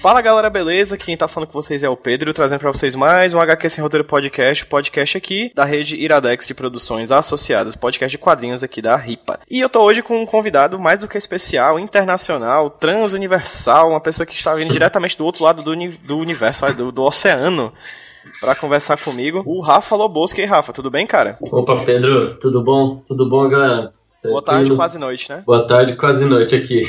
Fala galera, beleza? Quem tá falando com vocês é o Pedro, trazendo pra vocês mais um HQ Sem Roteiro podcast aqui da rede Iradex de Produções Associadas, podcast de quadrinhos aqui da RIPA. E eu tô hoje com um convidado mais do que especial, internacional, transuniversal, uma pessoa que está vindo diretamente do outro lado do universo, do oceano, pra conversar comigo, o Rafa Loboski. E aí, Rafa, tudo bem, cara? Opa, Pedro, tudo bom? Tudo bom, galera? Boa tarde, quase noite, né? Boa tarde, quase noite aqui.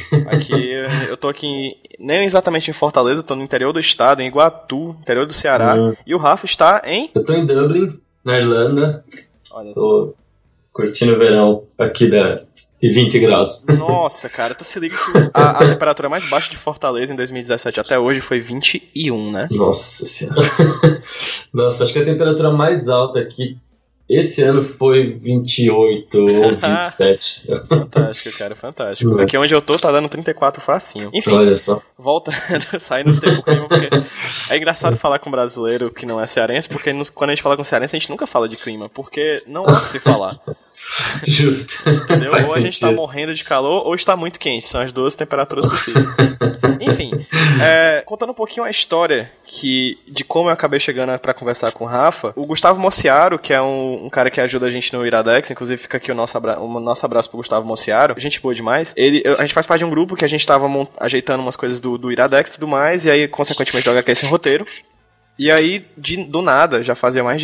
Eu tô aqui, nem exatamente em Fortaleza, tô no interior do estado, em Iguatu, interior do Ceará. E o Rafa está em... Eu tô em Dublin, na Irlanda. Olha tô curtindo o verão aqui de 20 graus. Nossa, cara, tu se liga que a temperatura mais baixa de Fortaleza em 2017 até hoje foi 21, né? Nossa senhora. Nossa, acho que a temperatura mais alta aqui esse ano foi 28 ou 27. Fantástico, cara, fantástico. Aqui onde eu tô tá dando 34 facinho. Enfim, olha só. Voltando, saindo do tempo clima, porque é engraçado falar com um brasileiro que não é cearense, porque quando a gente fala com cearense a gente nunca fala de clima, porque não há o que se falar. Justo. Entendeu? Ou a gente tá morrendo de calor ou está muito quente, são as duas temperaturas possíveis. Enfim, contando um pouquinho a história de como eu acabei chegando pra conversar com o Rafa, o Gustavo Mociaro, que é um cara que ajuda a gente no Iradex, inclusive fica aqui o nosso abraço pro Gustavo Mociaro, gente boa demais. A gente faz parte de um grupo que a gente tava ajeitando umas coisas do Iradex e tudo mais, e aí consequentemente do HQ Sem Roteiro. E aí, do nada, já fazia mais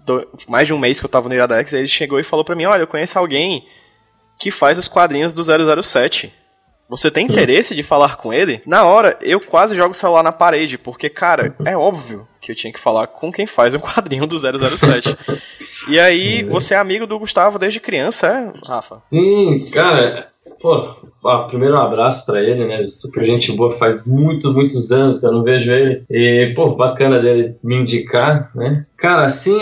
de um mês que eu tava no Iradex, aí ele chegou e falou pra mim, olha, eu conheço alguém que faz os quadrinhos do 007. Você tem interesse de falar com ele? Na hora, eu quase jogo o celular na parede, porque, cara, é óbvio que eu tinha que falar com quem faz o quadrinho do 007. E aí, você é amigo do Gustavo desde criança, Rafa? Sim, cara, primeiro um abraço pra ele, né, super gente boa, faz muitos anos que eu não vejo ele, e, bacana dele me indicar, né. Cara, assim,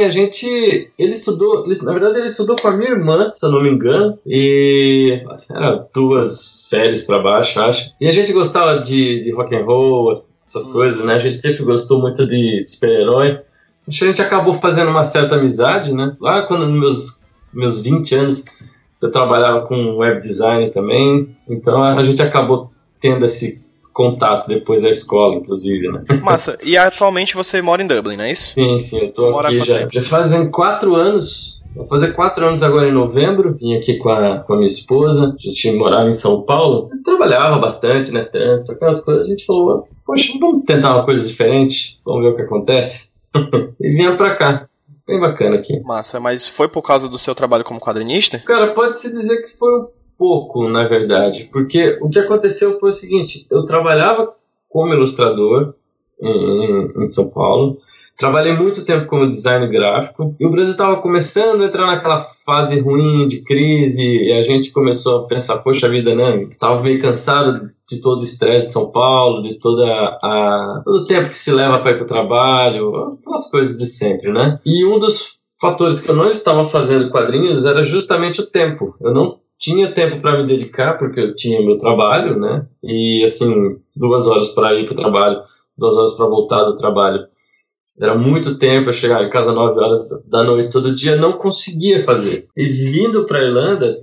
na verdade ele estudou com a minha irmã, se eu não me engano, e era 2 séries pra baixo, acho, e a gente gostava de rock and roll, essas coisas, né, a gente sempre gostou muito de super-herói. Acho que a gente acabou fazendo uma certa amizade, né, lá quando meus 20 anos eu trabalhava com web design também, então a gente acabou tendo esse contato depois da escola, inclusive, né? Massa, e atualmente você mora em Dublin, não é isso? Sim, eu tô aqui já fazem 4 anos, vou fazer 4 anos agora em novembro, vim aqui com a minha esposa, a gente morava em São Paulo, trabalhava bastante, né, trânsito, aquelas coisas, a gente falou, poxa, vamos tentar uma coisa diferente, vamos ver o que acontece, e vinha pra cá. Bem bacana aqui. Massa, mas foi por causa do seu trabalho como quadrinista? Cara, pode-se dizer que foi um pouco, na verdade, porque o que aconteceu foi o seguinte, eu trabalhava como ilustrador em São Paulo, trabalhei muito tempo como design gráfico, e o Brasil estava começando a entrar naquela fase ruim de crise, e a gente começou a pensar, poxa vida, né, tava meio cansado de todo o estresse de São Paulo, de todo o tempo que se leva para ir para o trabalho, aquelas coisas de sempre, né? E um dos fatores que eu não estava fazendo quadrinhos era justamente o tempo. Eu não tinha tempo para me dedicar, porque eu tinha meu trabalho, né? E, assim, 2 horas para ir para o trabalho, 2 horas para voltar do trabalho. Era muito tempo, eu chegava em casa 9 horas da noite todo dia, não conseguia fazer. E vindo para a Irlanda,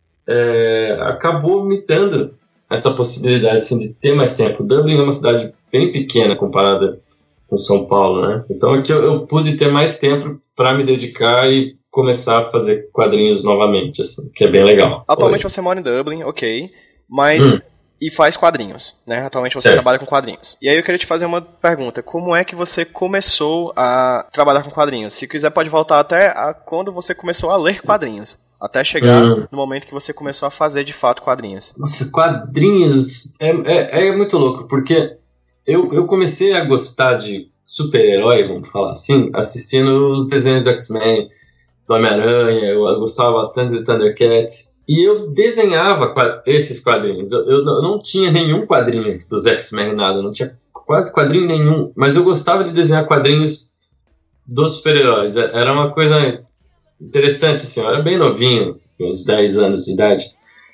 acabou me dando essa possibilidade assim, de ter mais tempo. Dublin é uma cidade bem pequena comparada com São Paulo, né? Então aqui eu pude ter mais tempo para me dedicar e começar a fazer quadrinhos novamente, assim, que é bem legal. Atualmente você mora em Dublin, ok, mas... E faz quadrinhos, né? Atualmente você trabalha com quadrinhos. E aí eu queria te fazer uma pergunta. Como é que você começou a trabalhar com quadrinhos? Se quiser pode voltar até a quando você começou a ler quadrinhos. Até chegar no momento que você começou a fazer de fato quadrinhos. Nossa, quadrinhos é muito louco, porque eu comecei a gostar de super-herói, vamos falar assim, assistindo os desenhos do X-Men, do Homem-Aranha, eu gostava bastante do Thundercats. E eu desenhava esses quadrinhos. Eu não tinha nenhum quadrinho dos X-Men, nada. Não tinha quase quadrinho nenhum. Mas eu gostava de desenhar quadrinhos dos super-heróis. Era uma coisa interessante, assim. Eu era bem novinho, uns 10 anos de idade.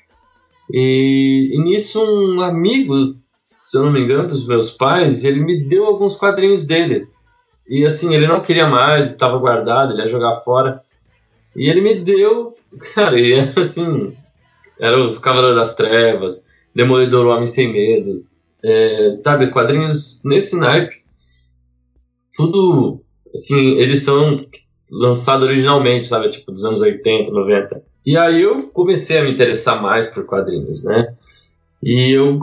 E nisso um amigo, se eu não me engano, dos meus pais, ele me deu alguns quadrinhos dele. E assim, ele não queria mais, estava guardado, ele ia jogar fora. E ele me deu... Cara, e era assim, era o Cavaleiro das Trevas, Demolidor, o Homem Sem Medo, sabe, quadrinhos nesse naipe, tudo, assim, eles são lançados originalmente, sabe, tipo, dos anos 80, 90. E aí eu comecei a me interessar mais por quadrinhos, né? E eu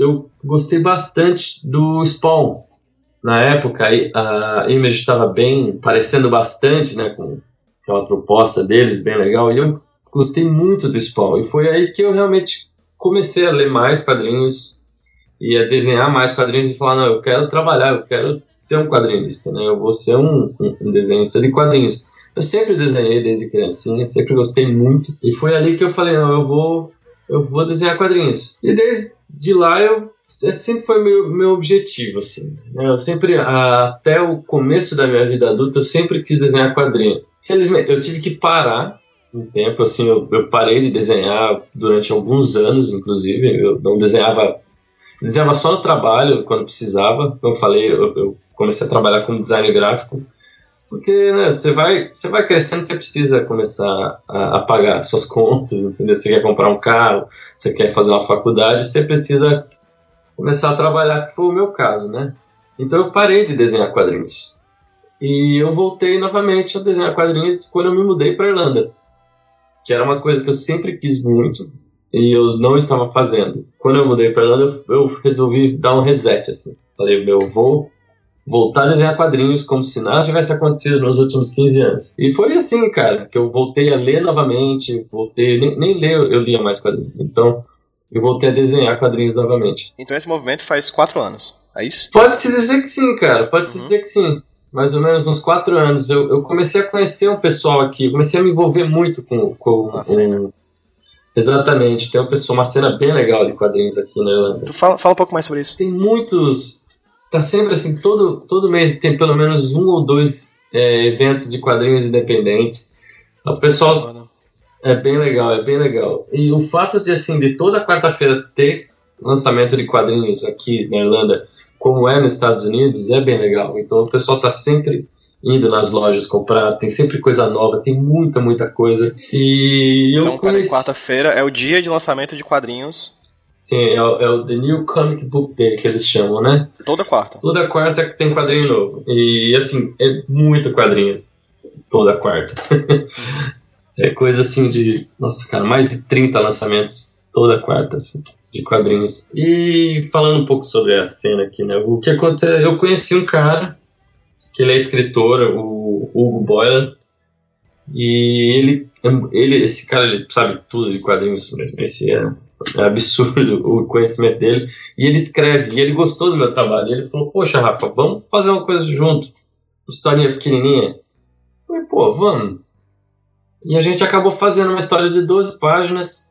gostei bastante do Spawn. Na época, a Image estava bem, parecendo bastante, né, com aquela proposta deles, bem legal, e eu gostei muito do Spawn. E foi aí que eu realmente comecei a ler mais quadrinhos e a desenhar mais quadrinhos e falar, não, eu quero trabalhar, eu quero ser um quadrinista, né, eu vou ser um desenhista de quadrinhos. Eu sempre desenhei desde criancinha, sempre gostei muito, e foi ali que eu falei, não, eu vou desenhar quadrinhos. E desde lá sempre foi meu objetivo, assim, né? Eu sempre, até o começo da minha vida adulta, eu sempre quis desenhar quadrinho. Felizmente, eu tive que parar um tempo, assim, eu parei de desenhar durante alguns anos, inclusive, eu não desenhava só no trabalho, quando precisava. Como eu falei, eu comecei a trabalhar como design gráfico, porque, né, você vai crescendo, você precisa começar a pagar suas contas, entendeu? Você quer comprar um carro, você quer fazer uma faculdade, você precisa começar a trabalhar, que foi o meu caso, né? Então eu parei de desenhar quadrinhos. E eu voltei novamente a desenhar quadrinhos quando eu me mudei para Irlanda, que era uma coisa que eu sempre quis muito e eu não estava fazendo. Quando eu mudei para Irlanda, eu resolvi dar um reset, assim. Falei, eu vou voltar a desenhar quadrinhos como se nada tivesse acontecido nos últimos 15 anos. E foi assim, cara, que eu voltei a ler novamente, nem ler eu lia mais quadrinhos. Então eu voltei a desenhar quadrinhos novamente. Então esse movimento faz 4 anos, é isso? Pode-se dizer que sim, cara. Pode-se dizer que sim. Mais ou menos uns 4 anos. Eu comecei a conhecer um pessoal aqui. Comecei a me envolver muito com a cena. Exatamente. Tem uma cena bem legal de quadrinhos aqui na Irlanda. Tu fala um pouco mais sobre isso. Tem muitos... Tá sempre assim, todo mês tem pelo menos 1 ou 2 eventos de quadrinhos independentes. O pessoal... É bem legal. E o fato de, assim, de toda quarta-feira ter lançamento de quadrinhos aqui na Irlanda, como é nos Estados Unidos, é bem legal. Então o pessoal tá sempre indo nas lojas comprar, tem sempre coisa nova, tem muita coisa. E então, quarta-feira é o dia de lançamento de quadrinhos. Sim, é o The New Comic Book Day, que eles chamam, né? Toda quarta. Toda quarta tem quadrinho novo. E, assim, é muito quadrinhos. Toda quarta. É coisa assim de... Nossa, cara, mais de 30 lançamentos toda quarta, assim, de quadrinhos. E falando um pouco sobre a cena aqui, né? O que acontece... Eu conheci um cara, que ele é escritor, o Hugo Boylan, e esse cara, ele sabe tudo de quadrinhos mesmo. Esse é absurdo o conhecimento dele. E ele escreve, e ele gostou do meu trabalho. E ele falou, poxa, Rafa, vamos fazer uma coisa junto. Uma historinha pequenininha. Eu falei, pô, vamos. E a gente acabou fazendo uma história de 12 páginas.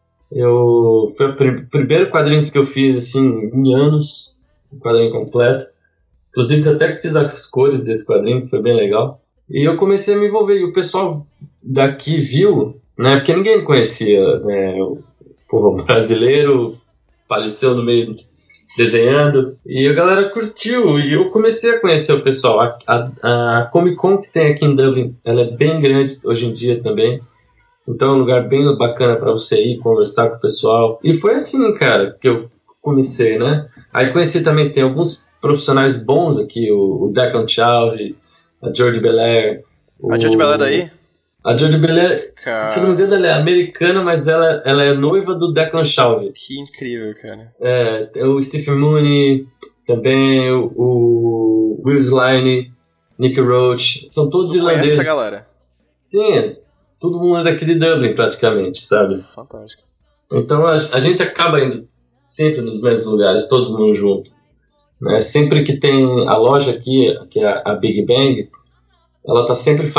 Foi o primeiro quadrinho que eu fiz, assim, em anos. Um quadrinho completo. Inclusive, até que fiz as cores desse quadrinho, que foi bem legal. E eu comecei a me envolver. E o pessoal daqui viu, né? Porque ninguém me conhecia, né? O brasileiro apareceu no meio desenhando. E a galera curtiu. E eu comecei a conhecer o pessoal. A Comic Con que tem aqui em Dublin, ela é bem grande hoje em dia também. Então é um lugar bem bacana para você ir conversar com o pessoal. E foi assim, cara, que eu comecei, né? Aí conheci também, tem alguns profissionais bons aqui. O Declan Chauve, a George Belair. A George Belair daí? A George Belair, se não me engano, ela é americana, mas ela é noiva do Declan Chauve. Que incrível, cara. O Stephen Mooney, também o Will Sline, Nick Roach, são todos irlandeses. Conhece essa galera? Sim, todo mundo daqui de Dublin praticamente, sabe? Fantástico. Então a gente acaba indo sempre nos mesmos lugares, todo mundo junto. Né? Sempre que tem a loja aqui, que é a Big Bang, ela tá sempre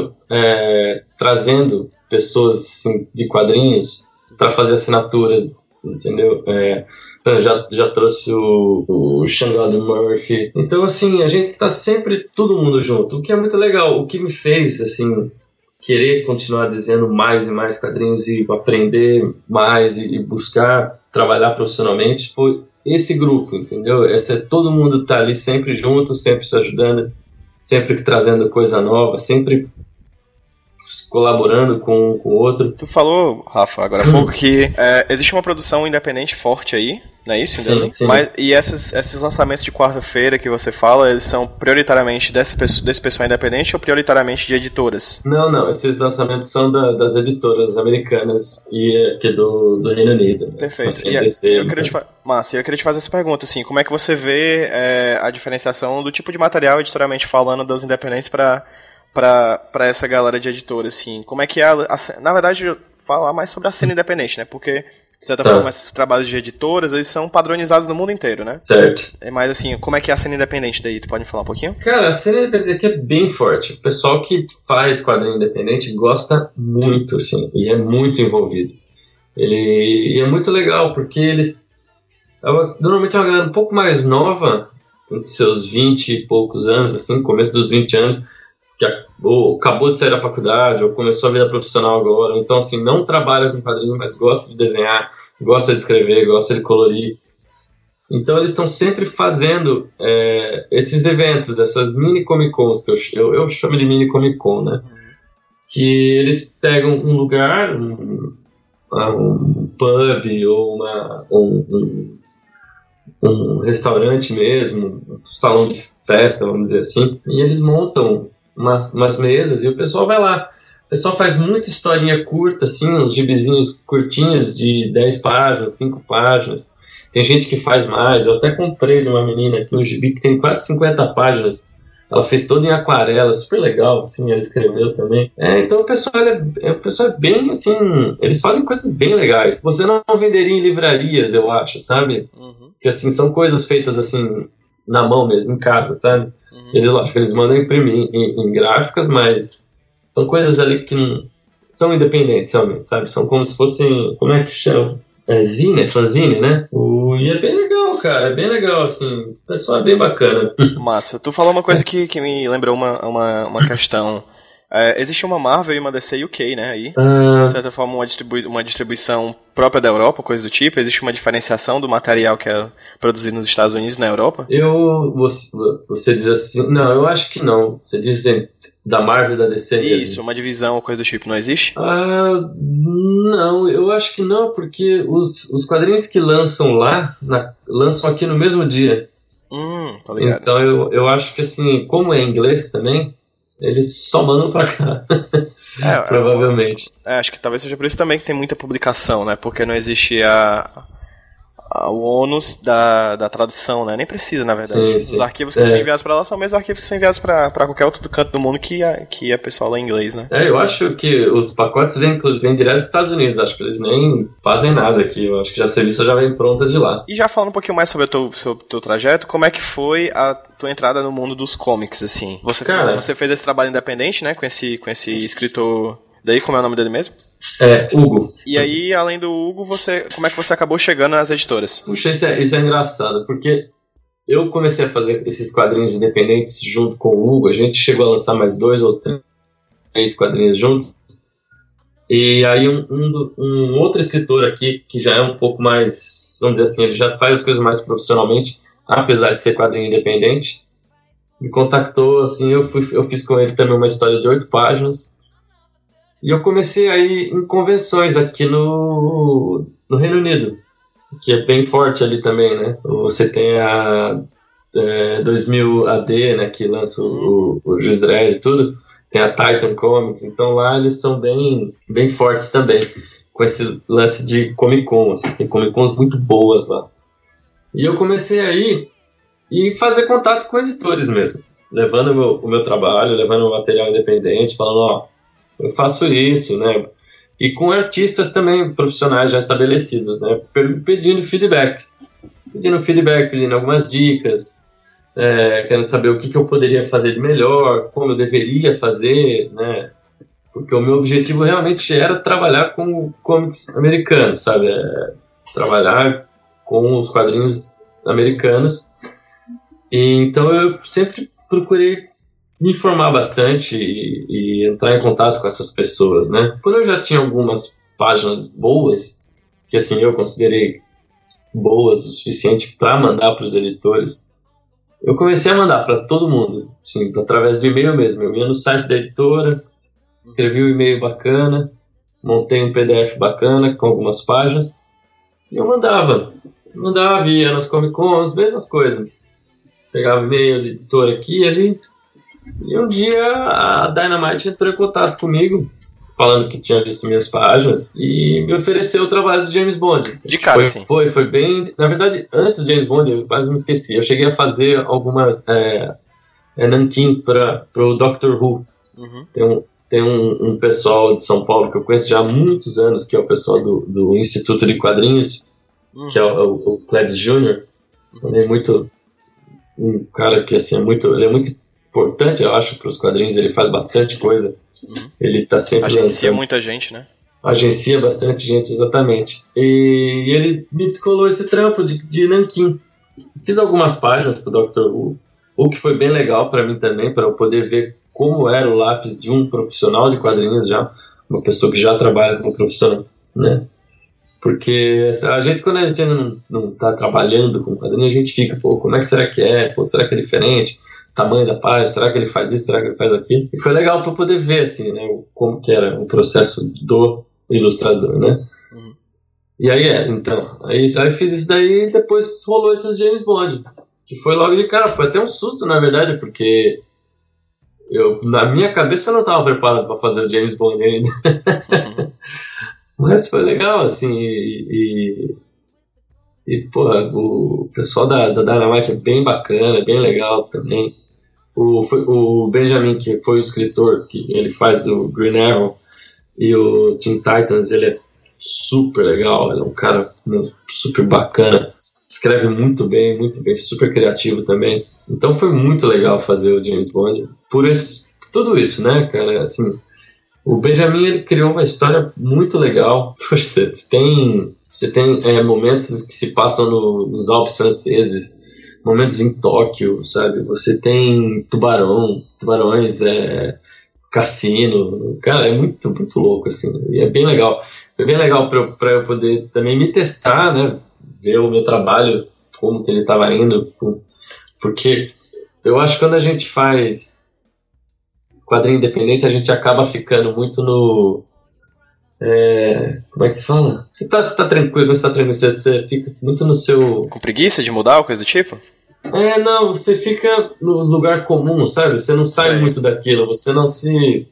trazendo pessoas assim, de quadrinhos para fazer assinaturas, entendeu? Já trouxe o Sean Murphy. Então, assim, a gente tá sempre todo mundo junto, o que é muito legal. O que me fez, assim, querer continuar desenhando mais e mais quadrinhos e aprender mais e buscar trabalhar profissionalmente foi esse grupo, entendeu? Todo mundo tá ali sempre junto, sempre se ajudando, sempre trazendo coisa nova, sempre colaborando com o outro. Tu falou, Rafa, agora há pouco, que existe uma produção independente forte aí, não é isso? Sim, sim. Mas, e esses lançamentos de quarta-feira que você fala, eles são prioritariamente desse pessoal independente ou prioritariamente de editoras? Não, esses lançamentos são das editoras americanas e aqui do Reino Unido. Né? Perfeito. Assim, Eu queria te fazer essa pergunta, assim, como é que você vê a diferenciação do tipo de material, editorialmente falando, dos independentes para essa galera de editora, assim? Como é que é na verdade, falar mais sobre a cena independente, né? Porque, de certa forma, esses trabalhos de editoras, eles são padronizados no mundo inteiro, né? Certo. Mas, assim, como é que é a cena independente daí? Tu pode me falar um pouquinho? Cara, a cena independente aqui é bem forte. O pessoal que faz quadrinho independente gosta muito, assim, e é muito envolvido. E é muito legal, porque eles... Normalmente é uma galera um pouco mais nova, seus 20 e poucos anos, assim, começo dos 20 anos, que acabou de sair da faculdade, ou começou a vida profissional agora, então assim, não trabalha com quadrinhos, mas gosta de desenhar, gosta de escrever, gosta de colorir. Então eles estão sempre fazendo esses eventos, essas mini Comic Cons, que eu chamo de mini Comic Con, né? Que eles pegam um lugar, um pub, ou um restaurante mesmo, um salão de festa, vamos dizer assim, e eles montam umas mesas e o pessoal vai lá. O pessoal faz muita historinha curta, assim, uns gibizinhos curtinhos de 10 páginas, 5 páginas. Tem gente que faz mais. Eu até comprei de uma menina aqui um gibi que tem quase 50 páginas. Ela fez todo em aquarela, super legal, assim, ela escreveu também. Então o pessoal é bem, assim, eles fazem coisas bem legais. Você não venderia em livrarias, eu acho, sabe? Uhum. Que, assim, são coisas feitas, assim, na mão mesmo, em casa, sabe? Uhum. Eles mandam imprimir em gráficas, mas são coisas ali que não são independentes, realmente, sabe? São como se fossem, como é que chama? Fanzine, né? E é bem legal, cara, é bem legal, assim, o pessoal é bem bacana. Massa, tu falou uma coisa que me lembrou uma questão. Existe uma Marvel e uma DC UK, né, aí? De certa forma, uma distribuição própria da Europa, coisa do tipo? Existe uma diferenciação do material que é produzido nos Estados Unidos e na Europa? Você diz assim... Não, eu acho que não. Você diz assim, da Marvel e da DC mesmo. Isso, uma divisão ou coisa do tipo, não existe? Não, eu acho que não, porque os quadrinhos que lançam lá, lançam aqui no mesmo dia. Tá ligado. Então eu acho que, assim, como é em inglês também, eles só mandam pra cá. Provavelmente. Acho que talvez seja por isso também que tem muita publicação, né? Porque não existe o ônus da tradução, né? Nem precisa, na verdade. Sim, Os arquivos que são enviados pra lá são os mesmos arquivos que são enviados pra qualquer outro canto do mundo que a pessoal lê em inglês, né? Eu acho que os pacotes vêm direto dos Estados Unidos. Acho que eles nem fazem nada aqui. Eu acho que a serviço já vem pronta de lá. E já falando um pouquinho mais sobre o teu trajeto, como é que foi a tua entrada no mundo dos comics, assim? Você fez esse trabalho independente, né? Com esse escritor... Daí, como é o nome dele mesmo? Hugo. E aí, além do Hugo, como é que você acabou chegando nas editoras? Puxa, isso é engraçado, porque eu comecei a fazer esses quadrinhos independentes junto com o Hugo. A gente chegou a lançar mais 2 ou 3 quadrinhos juntos. E aí um outro escritor aqui, que já é um pouco mais, vamos dizer assim, ele já faz as coisas mais profissionalmente, apesar de ser quadrinho independente, me contactou, assim, eu fiz com ele também uma história de 8 páginas. E eu comecei a ir em convenções aqui no Reino Unido, que é bem forte ali também, né? Você tem a 2000 AD, né, que lança o Juiz Dredd e tudo. Tem a Titan Comics, então lá eles são bem, bem fortes também, com esse lance de Comic Con, assim, tem Comic Cons muito boas lá. E eu comecei a ir e fazer contato com editores mesmo, levando o meu trabalho, levando o material independente, falando, eu faço isso, né? E com artistas também profissionais já estabelecidos, né? Pedindo feedback, pedindo algumas dicas, quero saber o que eu poderia fazer de melhor, como eu deveria fazer, né? Porque o meu objetivo realmente era trabalhar com comics americanos, sabe? Trabalhar com os quadrinhos americanos. E então eu sempre procurei me informar bastante e entrar em contato com essas pessoas, né? Quando eu já tinha algumas páginas boas, que assim eu considerei boas o suficiente para mandar para os editores, eu comecei a mandar para todo mundo, assim, através do e-mail mesmo. Eu ia no site da editora, escrevi um e-mail bacana, montei um PDF bacana com algumas páginas e eu mandava. Mandava, ia nas Comic Cons, mesmas coisas. Pegava e-mail de editor aqui e ali. E um dia a Dynamite entrou em contato comigo, falando que tinha visto minhas páginas e me ofereceu o trabalho do James Bond. De cara, sim. Foi bem... Na verdade, antes do James Bond, eu quase me esqueci. Eu cheguei a fazer algumas nanquim para o Doctor Who. Uhum. Tem um pessoal de São Paulo que eu conheço já há muitos anos, que é o pessoal do Instituto de Quadrinhos, que é o Klebs Jr. Ele é muito... Um cara que assim, ele é muito importante, eu acho, para os quadrinhos. Ele faz bastante coisa. Ele tá sempre agencia muita gente, né? Agencia bastante gente, exatamente. E ele me descolou esse trampo de nanquim. Fiz algumas páginas pro Dr. Who, o que foi bem legal para mim também, para eu poder ver como era o lápis de um profissional de quadrinhos já, uma pessoa que já trabalha como profissional, né? Porque a gente, quando a gente ainda não tá trabalhando com quadrinhos, a gente fica, pô, como é que será que é? Pô, será que é diferente? Tamanho da página, será que ele faz isso? Será que ele faz aquilo? E foi legal para poder ver, assim, né, como que era o processo do ilustrador, né? E aí então, aí fiz isso daí e depois rolou esse James Bond, que foi logo de cara. Foi até um susto, na verdade, porque na minha cabeça eu não estava preparado para fazer o James Bond ainda. Mas foi legal, assim, e porra, o pessoal da Dynamite é bem bacana, é bem legal também. O Benjamin, que foi o escritor, que ele faz o Green Arrow e o Teen Titans, ele é super legal, ele é um cara super bacana, escreve muito bem, super criativo também. Então foi muito legal fazer o James Bond por tudo isso, né, cara, assim... O Benjamin, ele criou uma história muito legal. Poxa, você tem momentos que se passam nos Alpes franceses, momentos em Tóquio, sabe? Você tem tubarões, cassino. Cara, é muito, muito louco, assim. E é bem legal. Foi bem legal para eu poder também me testar, né? Ver o meu trabalho, como que ele estava indo. Porque eu acho que quando a gente faz quadrinho independente, a gente acaba ficando muito no... como é que se fala? Você tá tranquilo, você fica muito no seu... Com preguiça de mudar ou coisa do tipo? Não, você fica no lugar comum, sabe? Você não sai muito daquilo, você não se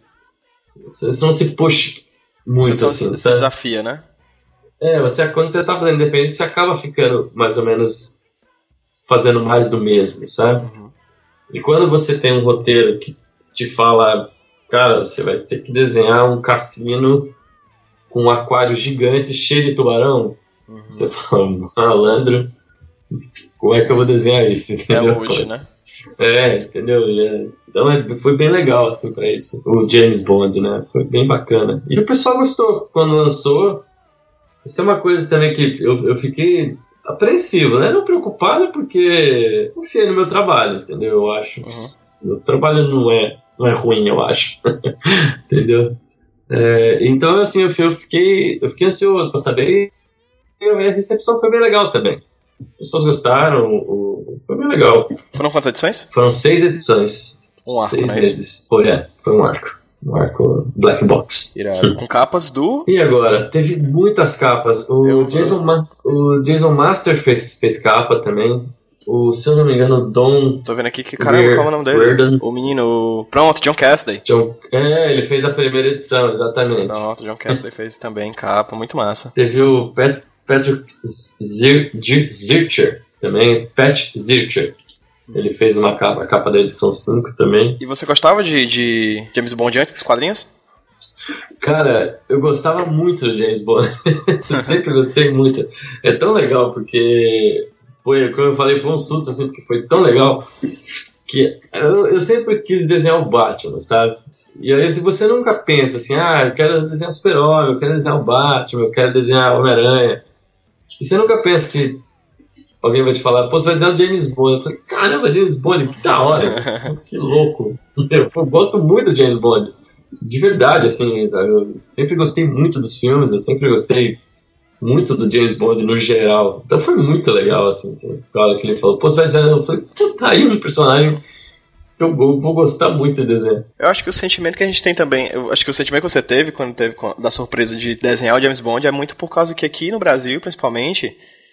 puxa muito, você assim, se desafia, né? Quando você tá fazendo independente, você acaba ficando mais ou menos fazendo mais do mesmo, sabe? Uhum. E quando você tem um roteiro que te fala, cara, você vai ter que desenhar um cassino com um aquário gigante cheio de tubarão. Uhum. Você fala, malandro, como é que eu vou desenhar isso? Entendeu? É hoje, né? Entendeu? Então foi bem legal, assim, pra isso. O James Bond, né? Foi bem bacana. E o pessoal gostou quando lançou. Isso é uma coisa também que eu fiquei apreensivo, né? Não preocupado, porque confiei no meu trabalho, entendeu? Eu acho que meu trabalho não é ruim, eu acho. Entendeu? Então, assim, eu fiquei ansioso pra saber, e a recepção foi bem legal também. As pessoas gostaram, foi bem legal. Foram quantas edições? Foram 6 edições. Um arco, 6 meses. Foi um arco. Um arco Black Box. Irado. Com capas do... E agora? Teve muitas capas. O Jason Master fez capa também. Se eu não me engano, Don... Tô vendo aqui que, caramba, qual é o nome dele? Reardon. O menino... Pronto, John Cassidy. Ele fez a primeira edição, exatamente. Pronto, John Cassidy fez também capa, muito massa. Teve o Patrick Zircher também. Pat Zircher. Ele fez a capa da edição 5 também. E você gostava de James Bond antes dos quadrinhos? Cara, eu gostava muito do James Bond. Eu sempre gostei muito. É tão legal porque... como eu falei, foi um susto, assim, porque foi tão legal que eu sempre quis desenhar o Batman, sabe? E aí, se você nunca pensa assim, eu quero desenhar o Super-Homem, eu quero desenhar o Batman, eu quero desenhar o Homem-Aranha, e você nunca pensa que alguém vai te falar, pô, você vai desenhar o James Bond. Eu falei, caramba, James Bond, que da hora, que louco. Eu gosto muito do James Bond, de verdade, assim, sabe? Eu sempre gostei muito dos filmes, eu sempre gostei muito do James Bond no geral. Então foi muito legal, assim, na hora que ele falou, pô, você vai desenhar? Eu falei, pô, tá aí um personagem que eu vou gostar muito de desenhar. Eu acho que o sentimento que a gente tem também, eu acho que o sentimento que você teve quando teve da surpresa de desenhar o James Bond é muito por causa que aqui no Brasil, principalmente,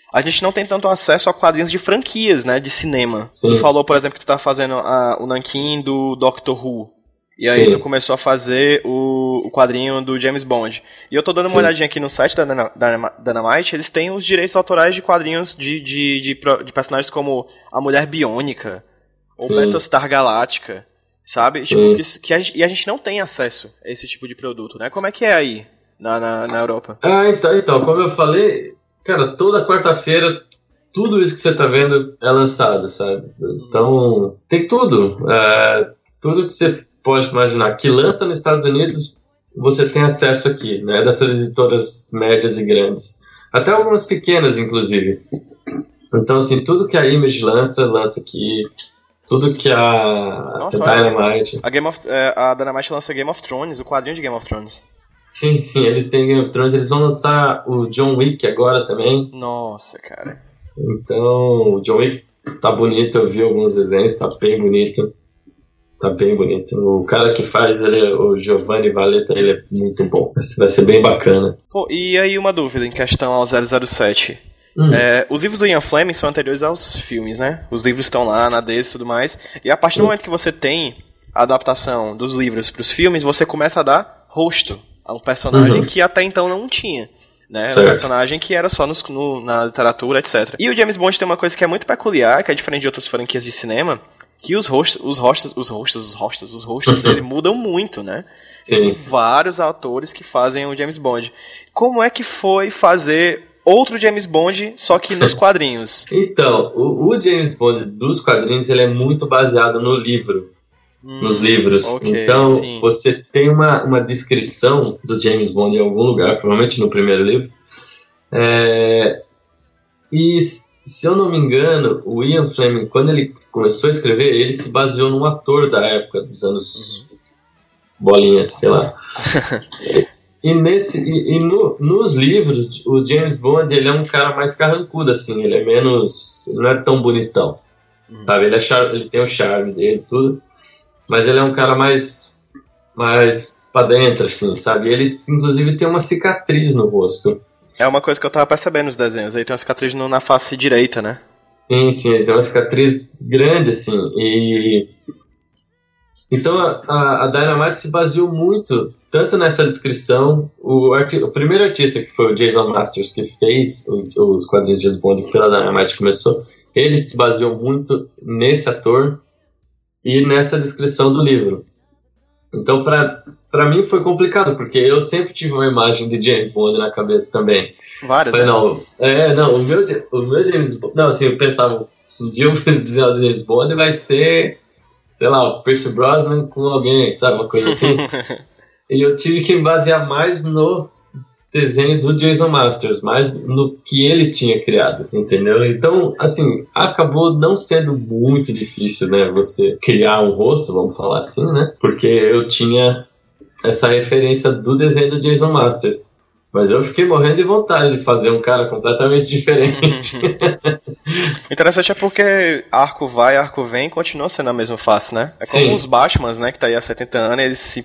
a gente não tem tanto acesso a quadrinhos de franquias, né, de cinema. Sim. Tu falou, por exemplo, que tu tá fazendo o Nankin do Doctor Who. E aí tu começou a fazer o quadrinho do James Bond. E eu tô dando uma olhadinha aqui no site da Dynamite, eles têm os direitos autorais de quadrinhos de personagens como a Mulher Biônica, ou Battlestar Galactica, sabe? Tipo, e a gente não tem acesso a esse tipo de produto, né? Como é que é aí, na Europa? Então, como eu falei, cara, toda quarta-feira tudo isso que você tá vendo é lançado, sabe? Então, tem tudo. Tudo que você pode imaginar que lança nos Estados Unidos, você tem acesso aqui, né? Dessas editoras médias e grandes. Até algumas pequenas, inclusive. Então, assim, tudo que a Image lança aqui. Tudo que a Dynamite... A Dynamite lança Game of Thrones, o quadrinho de Game of Thrones. Sim, eles têm Game of Thrones. Eles vão lançar o John Wick agora também. Nossa, cara. Então, o John Wick tá bonito. Eu vi alguns desenhos, tá bem bonito. Tá bem bonito. O cara que faz ele, o Giovanni Valetta, ele é muito bom. Vai ser bem bacana. Pô, e aí uma dúvida em questão ao 007. Os livros do Ian Fleming são anteriores aos filmes, né? Os livros estão lá na deles e tudo mais. E a partir do momento que você tem a adaptação dos livros para os filmes, você começa a dar rosto a um personagem que até então não tinha. Né? Era um personagem que era só na literatura, etc. E o James Bond tem uma coisa que é muito peculiar, que é diferente de outras franquias de cinema, que os rostos dele mudam muito, né? Tem vários atores que fazem o James Bond. Como é que foi fazer outro James Bond, só que nos quadrinhos? Então, o James Bond dos quadrinhos, ele é muito baseado no livro. Nos livros. Então, você tem uma descrição do James Bond em algum lugar, provavelmente no primeiro livro. E, se eu não me engano, o Ian Fleming, quando ele começou a escrever, ele se baseou num ator da época, dos anos bolinhas, sei lá. Nos livros, o James Bond, ele é um cara mais carrancudo, assim, ele é menos... não é tão bonitão, sabe? Ele tem o charme dele, tudo, mas ele é um cara mais pra dentro, assim, sabe? Ele, inclusive, tem uma cicatriz no rosto. É uma coisa que eu tava percebendo nos desenhos, aí tem uma cicatriz na face direita, né? Sim, ele tem uma cicatriz grande, assim, e... Então, a Dynamite se baseou muito, tanto nessa descrição, o primeiro artista, que foi o Jason Masters, que fez os quadrinhos de James Bond, que pela Dynamite começou, ele se baseou muito nesse ator e nessa descrição do livro. Então, pra mim foi complicado, porque eu sempre tive uma imagem de James Bond na cabeça também. Várias, falei, né? o meu James Bond... Não, assim, eu pensava, se um dia eu fizer o James Bond, vai ser... sei lá, o Pierce Brosnan com alguém, sabe, uma coisa assim. E eu tive que me basear mais no desenho do Jason Masters, mais no que ele tinha criado, entendeu? Então, assim, acabou não sendo muito difícil, né, você criar um rosto, vamos falar assim, né, porque eu tinha essa referência do desenho do Jason Masters. Mas eu fiquei morrendo de vontade de fazer um cara completamente diferente. Interessante é porque arco vai, arco vem, continua sendo a mesma face, né? É como os Batmans, né, que tá aí há 70 anos,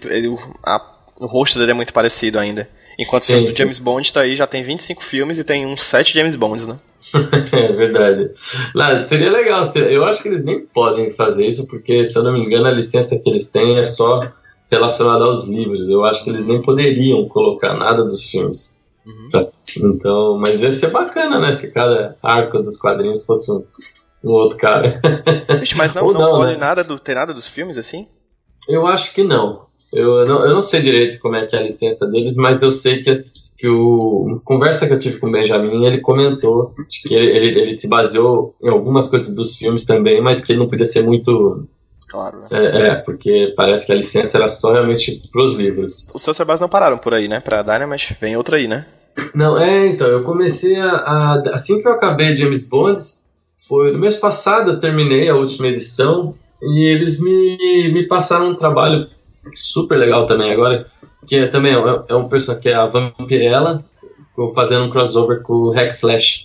o rosto dele é muito parecido ainda. Enquanto o James Bond tá aí, já tem 25 filmes e tem uns 7 James Bonds, né? É verdade. Lá, seria legal, eu acho que eles nem podem fazer isso, porque, se eu não me engano, a licença que eles têm é só relacionada aos livros. Eu acho que eles nem poderiam colocar nada dos filmes. Então, mas ia ser bacana, né? Se cada arco dos quadrinhos fosse um outro cara. Vixe, mas não pode, né? Ter nada dos filmes assim? Eu acho que não. Eu não sei direito como é que é a licença deles, mas eu sei que conversa que eu tive com o Benjamin, ele comentou que ele se baseou em algumas coisas dos filmes também, mas que ele não podia ser muito... Claro, né? Porque parece que a licença era só realmente pros livros. Os seus trabalhos não pararam por aí, né? Pra Dynamite vem outra aí, né? Não, então, eu comecei assim que eu acabei James Bond, foi no mês passado, eu terminei a última edição, e eles me passaram um trabalho super legal também agora, que também é um personagem que é a Vampirella, fazendo um crossover com o Rex Slash.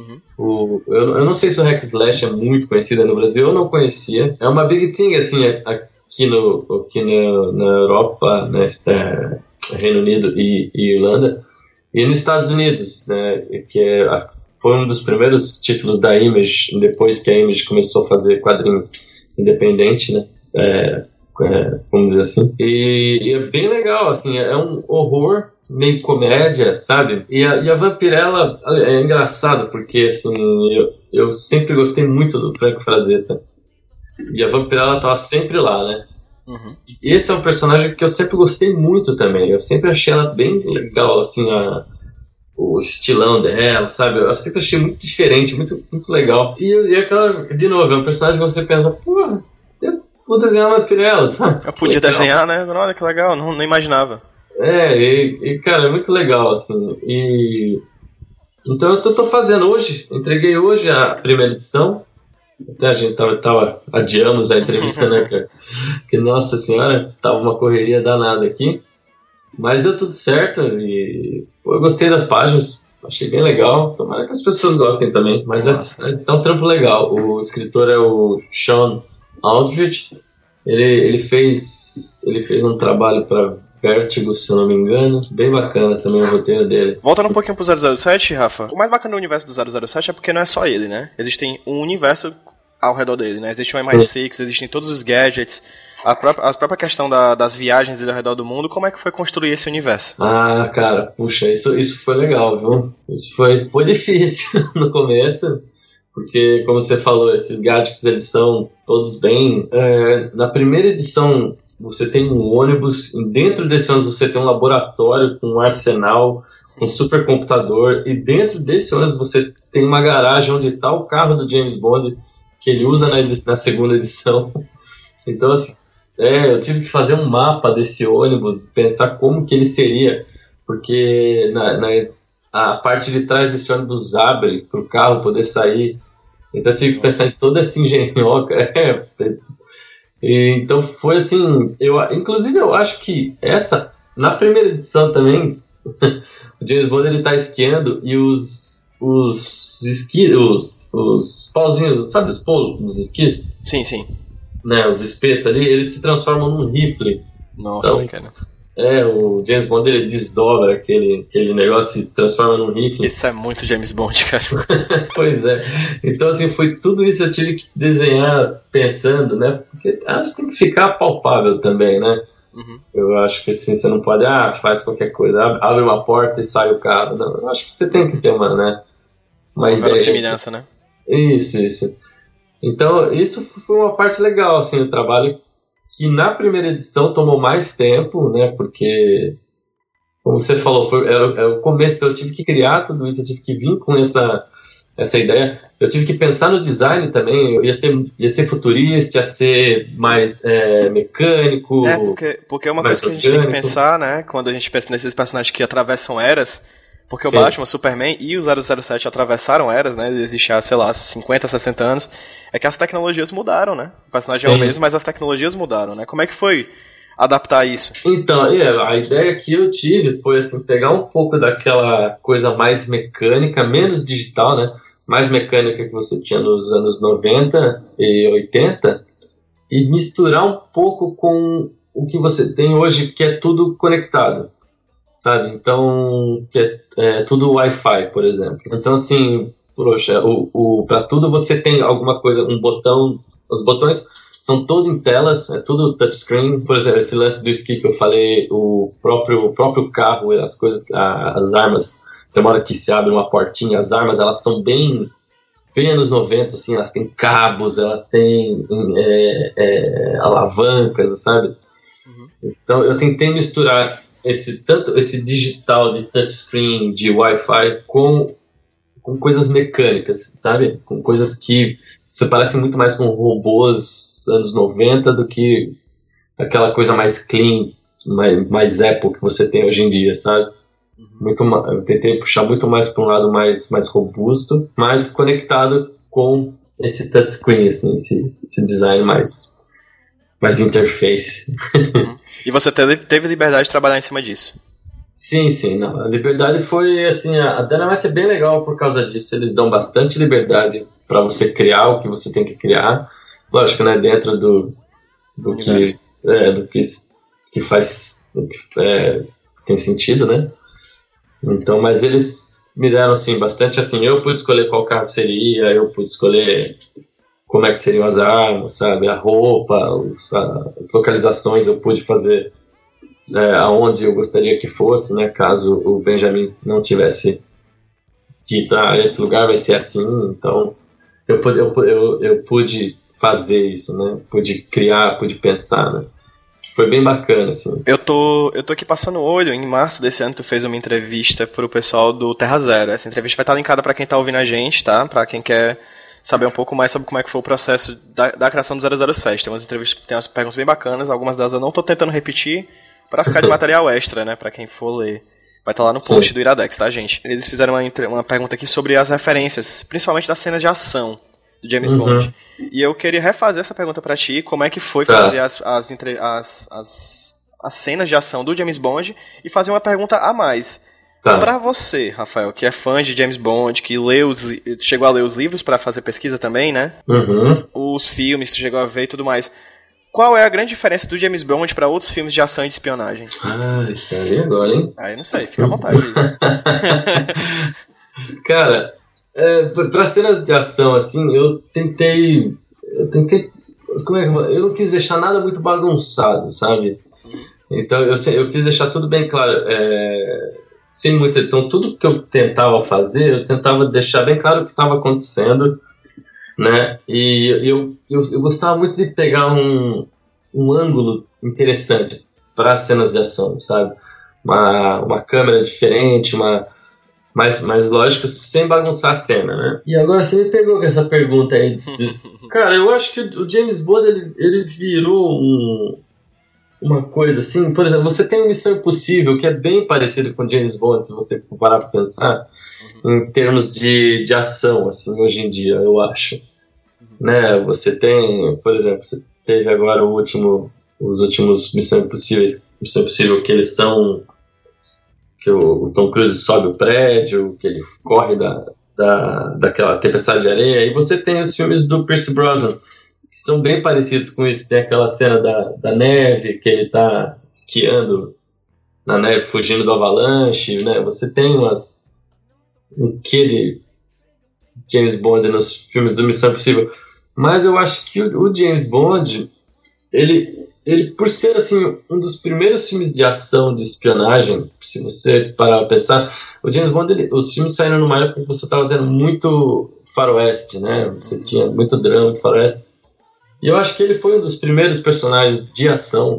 Eu não sei se o Rex Slash é muito conhecido no Brasil, eu não conhecia. É uma big thing, assim, aqui na Europa, né, Reino Unido e Irlanda, e nos Estados Unidos, né, que é foi um dos primeiros títulos da Image, depois que a Image começou a fazer quadrinho independente, né? Vamos dizer assim. E é bem legal, assim, é um horror meio comédia, sabe? E a Vampirella é engraçado, porque, assim, eu sempre gostei muito do Franco Frazetta. E a Vampirella tava sempre lá, né? Uhum. E esse é um personagem que eu sempre gostei muito também. Eu sempre achei ela bem legal, assim, o estilão dela, sabe? Eu sempre achei muito diferente, muito, muito legal. E aquela, de novo, é um personagem que você pensa, pô, eu vou desenhar uma Vampirella, sabe? Eu podia desenhar, né? Olha que legal, não imaginava. Cara, é muito legal, assim. Então eu tô fazendo hoje, entreguei hoje a primeira edição. Até a gente adiamos a entrevista, né, cara? Que, nossa senhora, tava uma correria danada aqui. Mas deu tudo certo e eu gostei das páginas, achei bem legal. Tomara que as pessoas gostem também. Mas tá um trampo legal. O escritor é o Sean Aldridge. Ele fez um trabalho para Vertigo, se eu não me engano. Bem bacana também o roteiro dele. Voltando um pouquinho pro 007, Rafa, o mais bacana do universo do 007 é porque não é só ele, né? Existem um universo ao redor dele, né? Existe o MI6, existem todos os gadgets, a própria questão das viagens dele ao redor do mundo. Como é que foi construir esse universo? Ah, cara, puxa, isso foi legal, viu? Isso foi difícil no começo. Porque, como você falou, esses gadgets, eles são todos bem... na primeira edição, você tem um ônibus, e dentro desse ônibus você tem um laboratório com um arsenal, um supercomputador, e dentro desse ônibus você tem uma garagem onde está o carro do James Bond, que ele usa na segunda edição. Então, assim, eu tive que fazer um mapa desse ônibus, pensar como que ele seria, porque a parte de trás desse ônibus abre para o carro poder sair. Então eu tive que pensar em toda essa engenhoca. Então foi assim, inclusive eu acho que na primeira edição também, o James Bond ele tá esquiando e os pauzinhos, sabe os polos dos esquis? Sim, sim. Né, os espetos ali, eles se transformam num rifle. Nossa, então, cara. O James Bond ele desdobra aquele negócio e se transforma num rifle. Isso é muito James Bond, cara. Pois é. Então, assim, foi tudo isso eu tive que desenhar pensando, né? Porque acho que tem que ficar palpável também, né? Uhum. Eu acho que assim, você não pode, faz qualquer coisa, abre uma porta e sai o carro. Não, eu acho que você tem que ter uma ideia. Semelhança, né? Isso. Então, isso foi uma parte legal, assim, do trabalho, que na primeira edição tomou mais tempo, né, porque, como você falou, era o começo, então eu tive que criar tudo isso, eu tive que vir com essa ideia, eu tive que pensar no design também, ia ser futurista, ia ser mais mecânico. Porque é uma coisa que a gente tem que pensar, né, quando a gente pensa nesses personagens que atravessam eras, porque Sim. O Batman, o Superman e o 007 atravessaram eras, né? Existem há, sei lá, 50, 60 anos. É que as tecnologias mudaram, né? O personagem é o mesmo, mas as tecnologias mudaram, né? Como é que foi adaptar isso? Então, a ideia que eu tive foi, assim, pegar um pouco daquela coisa mais mecânica, menos digital, né? Mais mecânica que você tinha nos anos 90 e 80 e misturar um pouco com o que você tem hoje, que é tudo conectado. Sabe? Então, que é tudo Wi-Fi, por exemplo. Então, assim, poxa, para tudo você tem alguma coisa, um botão. Os botões são todos em telas, é tudo touchscreen. Por exemplo, esse lance do esqui que eu falei, o próprio carro, as coisas, as armas, tem uma hora que se abre uma portinha, as armas, elas são bem anos 90, assim, ela tem cabos, ela tem alavancas, sabe? Uhum. Então, eu tentei misturar tanto esse digital de touchscreen, de Wi-Fi, com coisas mecânicas, sabe? Com coisas que você parece muito mais com robôs anos 90 do que aquela coisa mais clean, mais Apple que você tem hoje em dia, sabe? Eu tentei puxar muito mais para um lado mais robusto, mais conectado com esse touchscreen, assim, esse design mais interface. E você teve liberdade de trabalhar em cima disso? Sim, não. A liberdade foi, assim, a Dynamite é bem legal por causa disso, eles dão bastante liberdade para você criar o que você tem que criar, lógico, né, dentro do que faz, tem sentido, né? Então, mas eles me deram, assim, bastante, assim, eu pude escolher qual carro seria, eu pude escolher como é que seriam as armas, sabe, a roupa, as localizações, eu pude fazer aonde eu gostaria que fosse, né, caso o Benjamin não tivesse dito, esse lugar vai ser assim, então eu pude fazer isso, né, pude criar, pude pensar, né. Foi bem bacana, assim. Eu tô aqui passando o olho. Em março desse ano, tu fez uma entrevista pro pessoal do Terra Zero. Essa entrevista vai estar linkada pra quem tá ouvindo a gente, tá? Pra quem quer saber um pouco mais sobre como é que foi o processo da criação do 007. Tem umas entrevistas, tem umas perguntas bem bacanas. Algumas delas eu não tô tentando repetir pra ficar de material extra, né? Pra quem for ler. Vai estar lá no post do Iradex, tá, gente? Eles fizeram uma pergunta aqui sobre as referências, principalmente das cenas de ação do James Bond. E eu queria refazer essa pergunta pra ti, como é que foi fazer as cenas de ação do James Bond, e fazer uma pergunta a mais. Pra você, Rafael, que é fã de James Bond, que chegou a ler os livros pra fazer pesquisa também, né? Os filmes, tu chegou a ver e tudo mais. Qual é a grande diferença do James Bond pra outros filmes de ação e de espionagem? E agora, hein? Aí não sei, fica à vontade. Cara, para cenas de ação, assim, eu tentei, eu não quis deixar nada muito bagunçado, sabe? Então eu quis deixar tudo bem claro, sem muito, então tudo que eu tentava fazer, eu tentava deixar bem claro o que estava acontecendo, né? E eu gostava muito de pegar um ângulo interessante para cenas de ação, sabe? Uma câmera diferente, mas lógico, sem bagunçar a cena, né? E agora você me pegou com essa pergunta aí. Cara, eu acho que o James Bond, ele virou uma coisa assim. Por exemplo, você tem Missão Impossível, que é bem parecido com James Bond, se você parar pra pensar, em termos de ação, assim, hoje em dia, eu acho. Né? Você tem, por exemplo, você teve agora os últimos Missão Impossível, que eles são... que o Tom Cruise sobe o prédio, que ele corre daquela tempestade de areia, e você tem os filmes do Pierce Brosnan, que são bem parecidos com isso. Tem aquela cena da neve, que ele tá esquiando na neve, fugindo do avalanche, né? Você tem um quê de James Bond nos filmes do Missão Impossível, mas eu acho que o James Bond, ele por ser assim um dos primeiros filmes de ação, de espionagem, se você parar pra pensar, o James Bond, os filmes saíram numa época que você estava tendo muito faroeste, né? Você tinha muito drama de faroeste. E eu acho que ele foi um dos primeiros personagens de ação,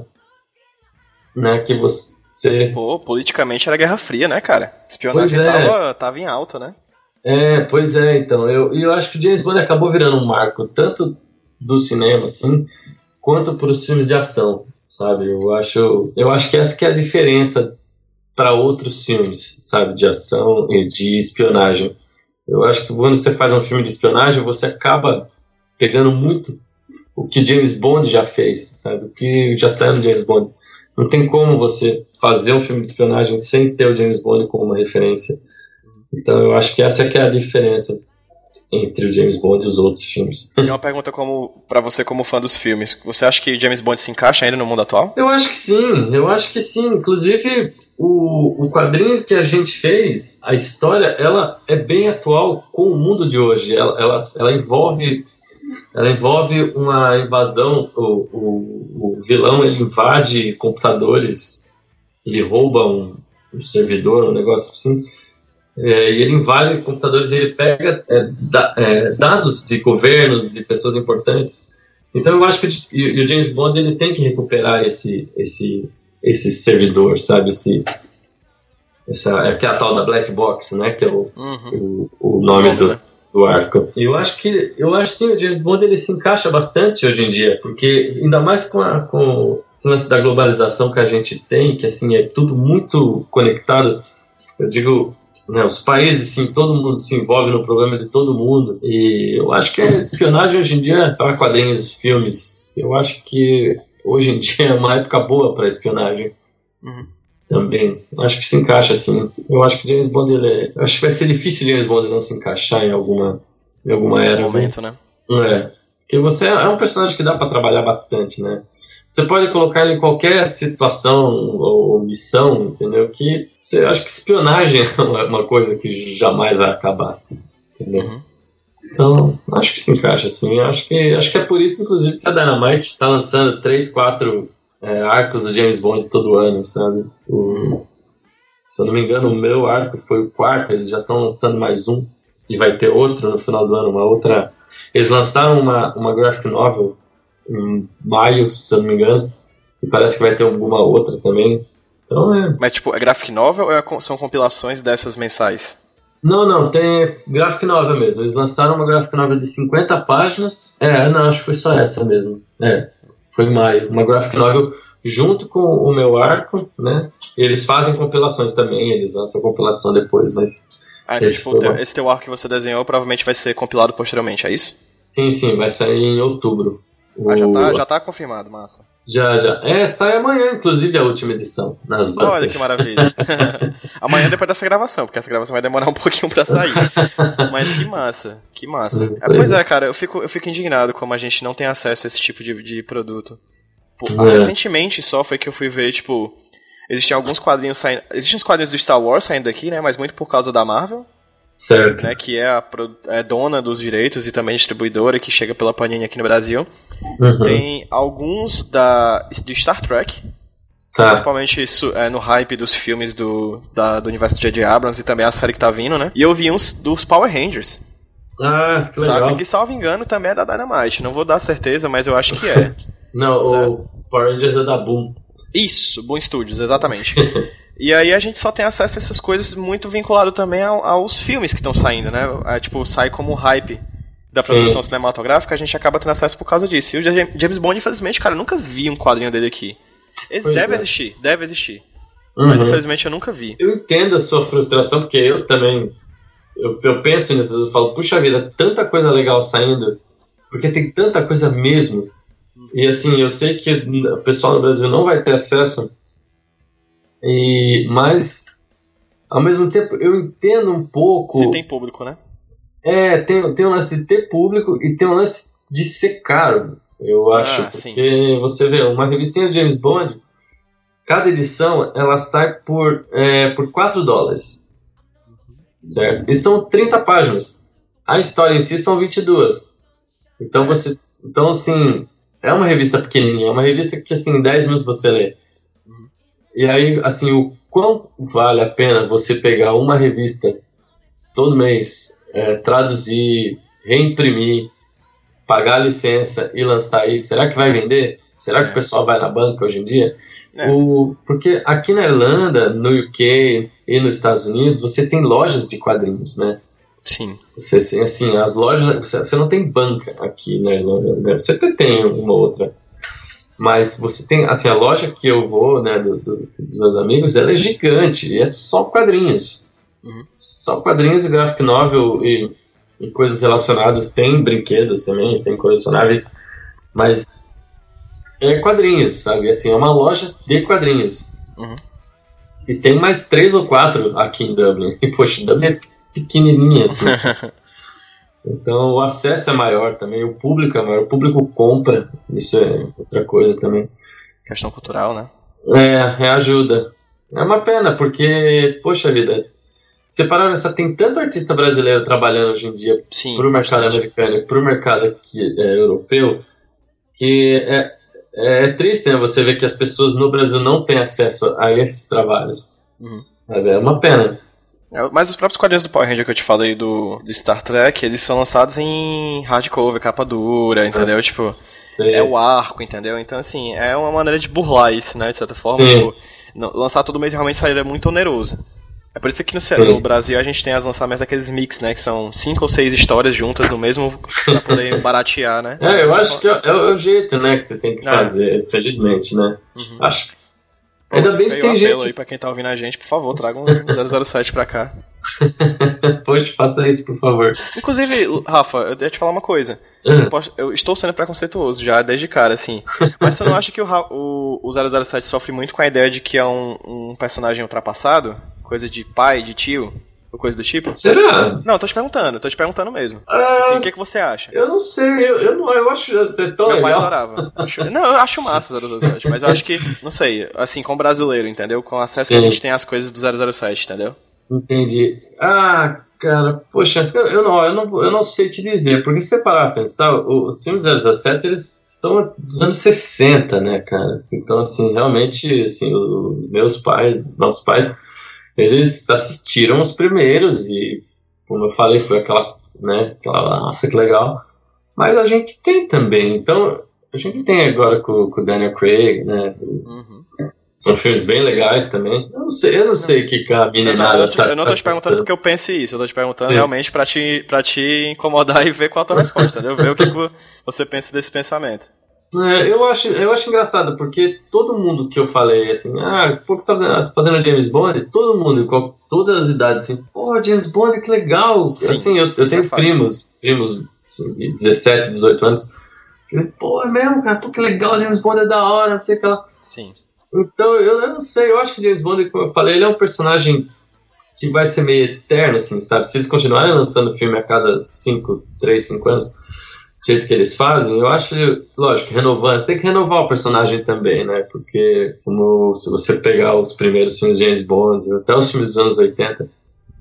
né? Que você... Pô, politicamente era Guerra Fria, né, cara? Espionagem tava em alta, né? Pois é, então. Eu acho que o James Bond acabou virando um marco, tanto do cinema, assim, quanto para os filmes de ação, sabe? Eu acho que essa que é a diferença para outros filmes, sabe? De ação e de espionagem. Eu acho que quando você faz um filme de espionagem, você acaba pegando muito o que James Bond já fez, sabe? O que já saiu no James Bond. Não tem como você fazer um filme de espionagem sem ter o James Bond como uma referência. Então eu acho que essa que é a diferença entre o James Bond e os outros filmes. E uma pergunta pra você como fã dos filmes. Você acha que James Bond se encaixa ainda no mundo atual? Eu acho que sim. Inclusive, o quadrinho que a gente fez, a história, ela é bem atual com o mundo de hoje. Ela envolve uma invasão. O vilão, ele invade computadores, ele rouba um servidor, um negócio assim. E ele invade computadores e ele pega dados de governos, de pessoas importantes. Então eu acho que o James Bond, ele tem que recuperar esse servidor, sabe? Que é a tal da Black Box, né? Que é o nome do arco. E eu acho sim, o James Bond, ele se encaixa bastante hoje em dia, porque ainda mais com esse lance da globalização que a gente tem, que assim, é tudo muito conectado. Eu digo... né, os países, sim, todo mundo se envolve no programa de todo mundo, e eu acho que a espionagem hoje em dia, para quadrinhos, filmes, eu acho que hoje em dia é uma época boa para espionagem também. Eu acho que se encaixa assim. Eu acho que James Bond, acho que vai ser difícil James Bond não se encaixar em alguma era. Momento, né? Porque você é um personagem que dá para trabalhar bastante, né? você pode colocar ele em qualquer situação ou missão, entendeu? Que você acha que espionagem é uma coisa que jamais vai acabar, entendeu? Uhum. Então, acho que se encaixa assim. Acho que é por isso, inclusive, que a Dynamite está lançando 3, 4 arcos do James Bond todo ano, sabe? Se eu não me engano, o meu arco foi o 4º, eles já estão lançando mais um, e vai ter outro no final do ano, uma outra. Eles lançaram uma graphic novel em maio, se eu não me engano, e parece que vai ter alguma outra também. Então Mas tipo, é graphic novel ou são compilações dessas mensais? Não, tem graphic novel mesmo. Eles lançaram uma graphic novel de 50 páginas. Não, acho que foi só essa mesmo. Foi em maio. Uma graphic novel junto com o meu arco, né? Eles fazem compilações também, eles lançam compilação depois, mas... esse teu arco que você desenhou provavelmente vai ser compilado posteriormente, é isso? Sim, vai sair em outubro. Já tá confirmado, massa. Já. Sai amanhã, inclusive, a última edição, nas bancas. Olha que maravilha. Amanhã depois dessa gravação, porque essa gravação vai demorar um pouquinho pra sair. Mas que massa. Pois é, cara, eu fico indignado como a gente não tem acesso a esse tipo de produto. Recentemente só foi que eu fui ver, tipo, existem alguns quadrinhos saindo. Existem os quadrinhos do Star Wars saindo daqui, né? Mas muito por causa da Marvel. Certo. Né, que é dona dos direitos e também distribuidora, que chega pela Panini aqui no Brasil. Uhum. Tem alguns do Star Trek, principalmente no hype dos filmes do universo de J.J. Abrams e também a série que tá vindo, né? E eu vi uns dos Power Rangers. Que legal. Sabe? Que, salvo engano, também é da Dynamite. Não vou dar certeza, mas eu acho que é. Não, o Power Rangers é da Boom. Isso, Boom Studios, exatamente. E aí a gente só tem acesso a essas coisas muito vinculado também aos filmes que estão saindo, né? Tipo, sai como hype da produção cinematográfica, a gente acaba tendo acesso por causa disso. E o James Bond, infelizmente, cara, eu nunca vi um quadrinho dele aqui. Deve existir. Mas infelizmente eu nunca vi. Eu entendo a sua frustração, porque eu também... Eu penso nisso, eu falo, puxa vida, tanta coisa legal saindo, porque tem tanta coisa mesmo. E assim, eu sei que o pessoal no Brasil não vai ter acesso, mas ao mesmo tempo eu entendo um pouco... Se tem público, né? Tem um lance de ter público e tem um lance de ser caro, eu acho. Porque sim. Você vê, uma revistinha de James Bond, cada edição ela sai por $4. Certo? E são 30 páginas. A história em si são 22. Então assim, é uma revista pequenininha, é uma revista que assim, em 10 minutos você lê. E aí, assim, o quão vale a pena você pegar uma revista todo mês, traduzir, reimprimir, pagar a licença e lançar aí? Será que vai vender? Será que o pessoal vai na banca hoje em dia? Porque aqui na Irlanda, no UK e nos Estados Unidos, você tem lojas de quadrinhos, né? Sim. Você, assim, as lojas... Você não tem banca aqui na Irlanda, né? Você até tem uma outra. Mas você tem... Assim, a loja que eu vou, né, dos meus amigos, ela é gigante. E é só quadrinhos. Só quadrinhos e graphic novel e coisas relacionadas. Tem brinquedos também, tem colecionáveis. Mas... é quadrinhos, sabe? Assim, é uma loja de quadrinhos. E tem mais 3 ou 4 aqui em Dublin. E, poxa, Dublin é pequenininha, assim. Então, o acesso é maior também, o público é maior, o público compra. Isso é outra coisa também. Questão cultural, né? Ajuda. É uma pena, porque, poxa vida, você parar pra pensar, tem tanto artista brasileiro trabalhando hoje em dia pro mercado americano e pro mercado europeu, que é triste, né, você ver que as pessoas no Brasil não têm acesso a esses trabalhos. É uma pena. Mas os próprios quadrinhos do Power Ranger que eu te falei do Star Trek, eles são lançados em hardcover, capa dura, entendeu? Tipo, é o arco, entendeu? Então, assim, é uma maneira de burlar isso, né, de certa forma. Tipo, lançar todo mês realmente sairia muito oneroso. É por isso que no Brasil a gente tem as lançamentos daqueles mix, né? Que são 5 ou 6 histórias juntas no mesmo pra poder baratear, né? Eu acho que é o jeito, né, que você tem que fazer, felizmente, né? Acho. Ainda bem que tem gente... aí pra quem tá ouvindo a gente, por favor, traga um 007 pra cá. Poxa, faça isso, por favor. Inclusive, Rafa, eu ia te falar uma coisa. Eu estou sendo preconceituoso já, desde cara, assim. Mas você não acha que o 007 sofre muito com a ideia de que é um personagem ultrapassado? Coisa de pai, de tio? ou coisa do tipo? Será? Não, tô te perguntando mesmo. Assim, o que você acha? Eu não sei, eu acho ser tão Meu pai legal. adorava. Não, eu acho massa 007, mas eu acho que, não sei, assim, como brasileiro, entendeu? Com acesso que a gente tem às coisas do 007, entendeu? Entendi. Cara, poxa, eu não sei te dizer, porque se você parar pra pensar, os filmes 007, eles são dos anos 60, né, cara? Então, assim, realmente, assim, os nossos pais, eles assistiram os primeiros e, como eu falei, foi nossa, que legal. Mas a gente tem também, então, a gente tem agora com o Daniel Craig, né? Uhum. São filmes bem legais também. Eu não sei o que a meninada tá. Eu não tô te perguntando porque eu pense isso, eu tô te perguntando realmente pra te incomodar e ver qual a tua resposta, entendeu? Ver o que você pensa desse pensamento. Eu acho engraçado, porque todo mundo que eu falei, assim, pô, que você tá fazendo? Tô fazendo James Bond, todo mundo, todas as idades, assim, pô, James Bond, que legal. Sim, assim, eu tenho primos assim, de 17, 18 anos, que dizem, pô, é mesmo, cara, pô, que legal, James Bond é da hora, não sei o que lá. Sim. Então, eu não sei, eu acho que James Bond, como eu falei, ele é um personagem que vai ser meio eterno, assim, sabe? Se eles continuarem lançando filme a cada 3, 5 anos, do jeito que eles fazem, eu acho, lógico, renovando, você tem que renovar o personagem também, né? Porque, se você pegar os primeiros filmes de James Bond, até os filmes dos anos 80,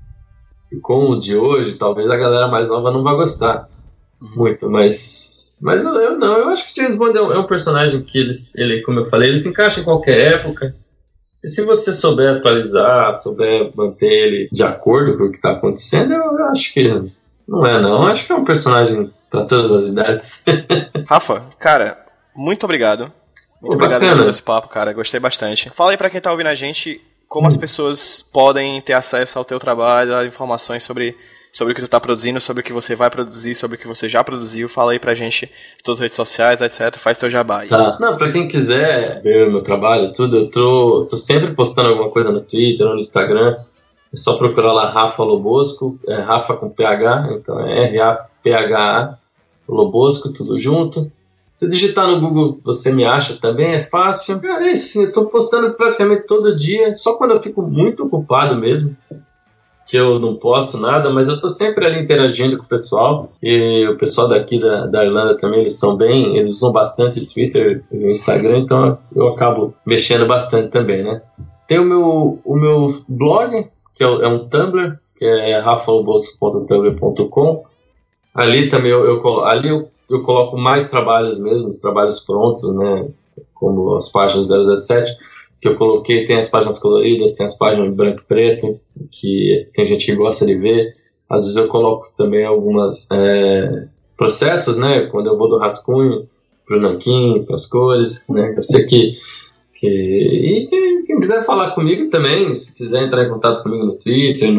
e com o de hoje, talvez a galera mais nova não vá gostar muito, mas eu acho que James Bond é um personagem que ele, como eu falei, ele se encaixa em qualquer época. E se você souber atualizar, souber manter ele de acordo com o que está acontecendo, eu acho que não. Eu acho que é um personagem para todas as idades. Rafa, cara, muito obrigado. Muito obrigado por esse papo, cara. Gostei bastante. Fala aí pra quem tá ouvindo a gente como as pessoas podem ter acesso ao teu trabalho, a informações sobre o que tu tá produzindo, sobre o que você vai produzir, sobre o que você já produziu. Fala aí pra gente as tuas redes sociais, etc. Faz teu jabá aí. Tá. Não, pra quem quiser ver o meu trabalho, tudo, eu tô sempre postando alguma coisa no Twitter ou no Instagram. É só procurar lá Rafa Lobosco, Rafa com PH, então é RAPHA Lobosco, tudo junto. Se digitar no Google, você me acha também, é fácil. Cara, é isso, sim, eu tô postando praticamente todo dia, só quando eu fico muito ocupado mesmo, que eu não posto nada, mas eu tô sempre ali interagindo com o pessoal, e o pessoal daqui da Irlanda também, eles usam bastante o Twitter e o Instagram, então eu acabo mexendo bastante também, né? Tem o meu blog, que é um Tumblr, que é rafalobosco.tumblr.com. Ali também eu coloco mais trabalhos mesmo, trabalhos prontos, né? Como as páginas 007, que eu coloquei, tem as páginas coloridas, tem as páginas em branco e preto, que tem gente que gosta de ver. Às vezes eu coloco também alguns processos, né? Quando eu vou do rascunho pro nanquim, para as cores, né? Eu sei e quem quiser falar comigo também, se quiser entrar em contato comigo no Twitter,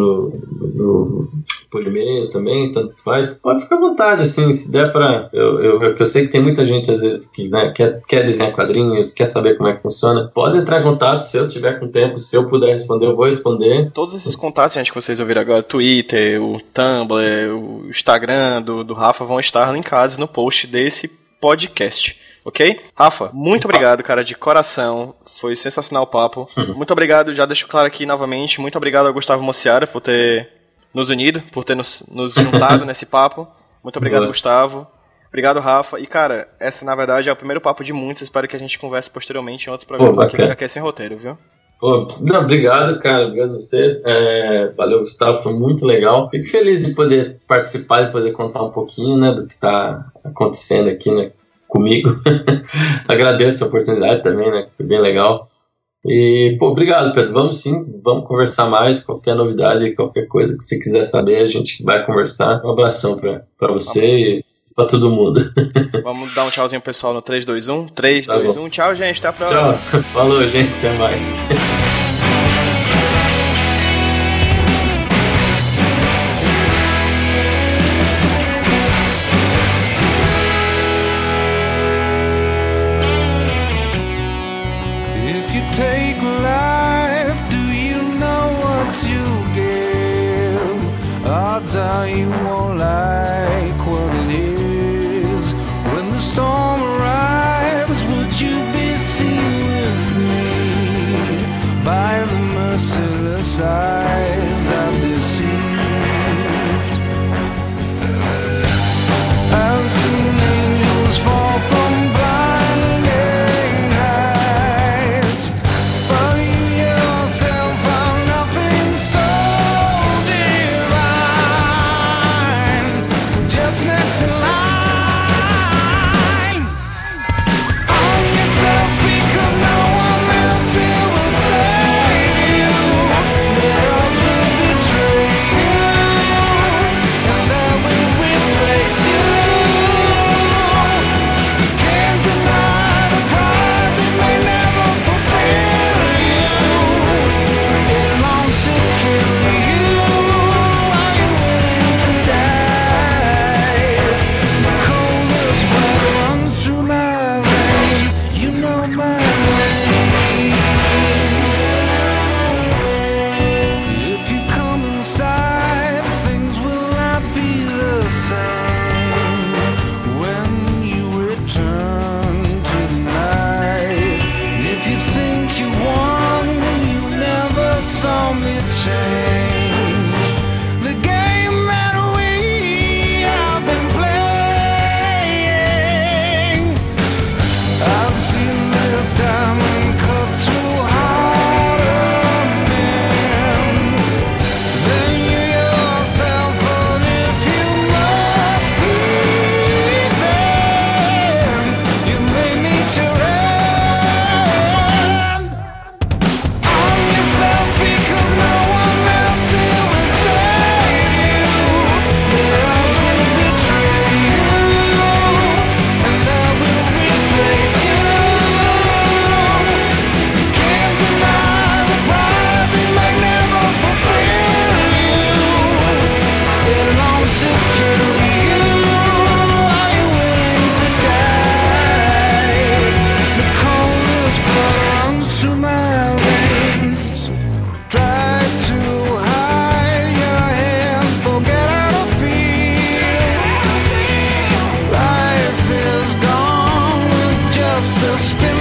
por e-mail também, tanto faz, pode ficar à vontade, assim, se der pra... Eu sei que tem muita gente, às vezes, que né, quer desenhar quadrinhos, quer saber como é que funciona, pode entrar em contato, se eu tiver com tempo, se eu puder responder, eu vou responder. Todos esses contatos, gente, que vocês ouviram agora, Twitter, o Tumblr, o Instagram do Rafa, vão estar linkados no post desse podcast. Ok? Rafa, muito obrigado, cara, de coração. Foi sensacional o papo. Muito obrigado, já deixo claro aqui novamente. Muito obrigado ao Gustavo Mociara por ter nos unido, por ter nos juntado nesse papo. Muito obrigado, Gustavo. Obrigado, Rafa. E, cara, esse, na verdade, é o primeiro papo de muitos. Espero que a gente converse posteriormente em outros programas aqui é Sem Roteiro, viu? Não, obrigado, cara. Obrigado a você. Valeu, Gustavo. Foi muito legal. Fico feliz de poder participar, de poder contar um pouquinho, né, do que tá acontecendo aqui, né, comigo. Agradeço a oportunidade também, né? Foi bem legal. E, obrigado, Pedro. Vamos conversar mais. Qualquer novidade, qualquer coisa que você quiser saber, a gente vai conversar. Um abração pra você e pra todo mundo. Vamos dar um tchauzinho pessoal no 3, 2, 1. 3, 2, 1. Tchau, gente. Até a próxima. Tchau. Falou, gente. Até mais. Take life, do you know what you give? Odds are you won't like what it is. When the storm arrives, would you be seen with me by the merciless eyes of deceit? just a spin